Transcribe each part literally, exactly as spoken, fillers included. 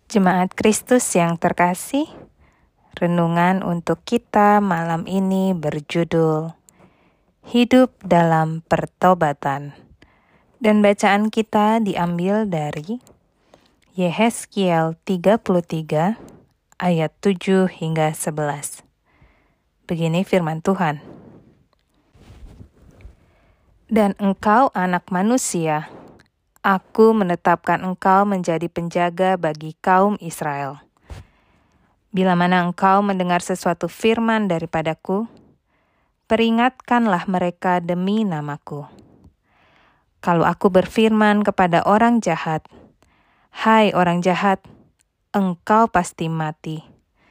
Jemaat Kristus yang terkasih, renungan untuk kita malam ini berjudul Hidup dalam Pertobatan. Dan bacaan kita diambil dari Yehezkiel tiga puluh tiga ayat tujuh hingga sebelas. Begini firman Tuhan. Dan engkau anak manusia, Aku menetapkan engkau menjadi penjaga bagi kaum Israel. Bila mana engkau mendengar sesuatu firman daripadaku, peringatkanlah mereka demi namaku. Kalau aku berfirman kepada orang jahat, "Hai orang jahat, engkau pasti mati."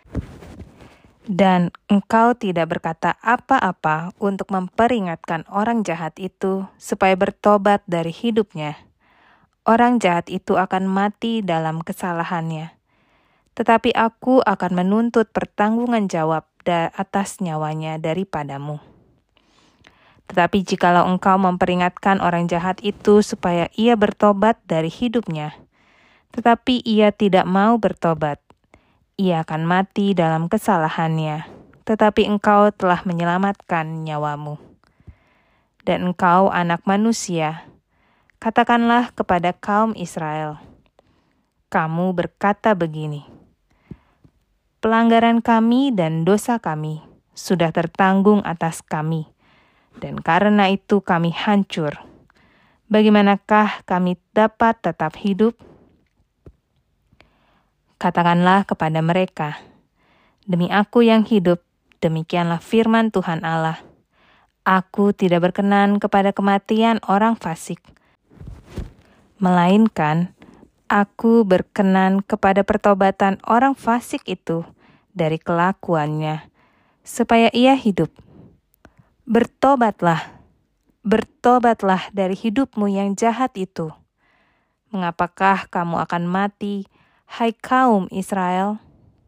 Dan engkau tidak berkata apa-apa untuk memperingatkan orang jahat itu supaya bertobat dari hidupnya, orang jahat itu akan mati dalam kesalahannya. Tetapi aku akan menuntut pertanggungan jawab atas nyawanya daripadamu. Tetapi jikalau engkau memperingatkan orang jahat itu supaya ia bertobat dari hidupnya, tetapi ia tidak mau bertobat, ia akan mati dalam kesalahannya, tetapi engkau telah menyelamatkan nyawamu. Dan engkau anak manusia, katakanlah kepada kaum Israel, kamu berkata begini, pelanggaran kami dan dosa kami sudah tertanggung atas kami, dan karena itu kami hancur. Bagaimanakah kami dapat tetap hidup? Katakanlah kepada mereka, demi aku yang hidup, demikianlah firman Tuhan Allah, aku tidak berkenan kepada kematian orang fasik, melainkan aku berkenan kepada pertobatan orang fasik itu dari kelakuannya, supaya ia hidup. Bertobatlah, bertobatlah dari hidupmu yang jahat itu. Mengapakah kamu akan mati, hai kaum Israel?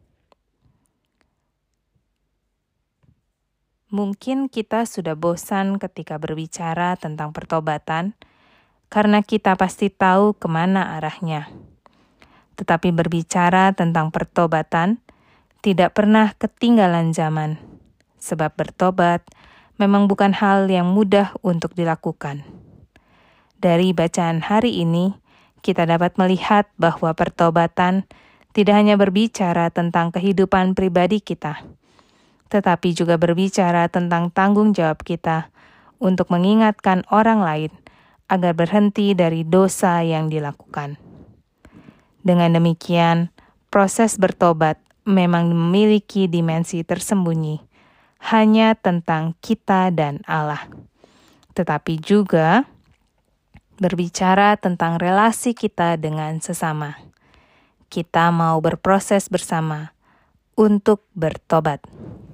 Mungkin kita sudah bosan ketika berbicara tentang pertobatan, karena kita pasti tahu kemana arahnya. Tetapi berbicara tentang pertobatan tidak pernah ketinggalan zaman, sebab bertobat memang bukan hal yang mudah untuk dilakukan. Dari bacaan hari ini, kita dapat melihat bahwa pertobatan tidak hanya berbicara tentang kehidupan pribadi kita, tetapi juga berbicara tentang tanggung jawab kita untuk mengingatkan orang lain agar berhenti dari dosa yang dilakukan. Dengan demikian, proses bertobat memang memiliki dimensi tersembunyi, hanya tentang kita dan Allah. Tetapi juga berbicara tentang relasi kita dengan sesama. Kita mau berproses bersama untuk bertobat.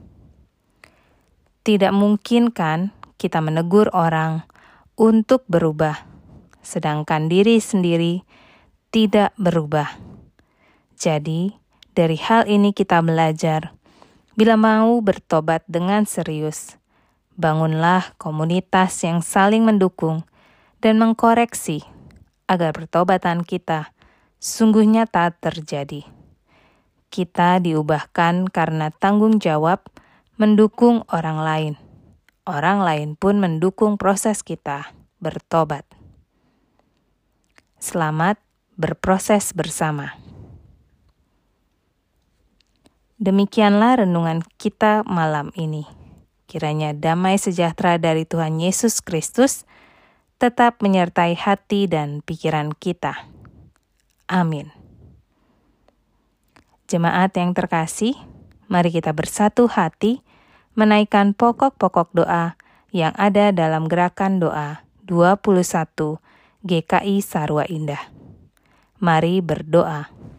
Tidak mungkin kan kita menegur orang untuk berubah, sedangkan diri sendiri tidak berubah. Jadi, dari hal ini kita belajar, bila mau bertobat dengan serius, bangunlah komunitas yang saling mendukung dan mengkoreksi agar pertobatan kita sungguh nyata terjadi. Kita diubahkan karena tanggung jawab mendukung orang lain. Orang lain pun mendukung proses kita bertobat. Selamat berproses bersama. Demikianlah renungan kita malam ini. Kiranya damai sejahtera dari Tuhan Yesus Kristus tetap menyertai hati dan pikiran kita. Amin. Jemaat yang terkasih, mari kita bersatu hati menaikkan pokok-pokok doa yang ada dalam gerakan doa dua puluh satu G K I Sarwa Indah. Mari berdoa.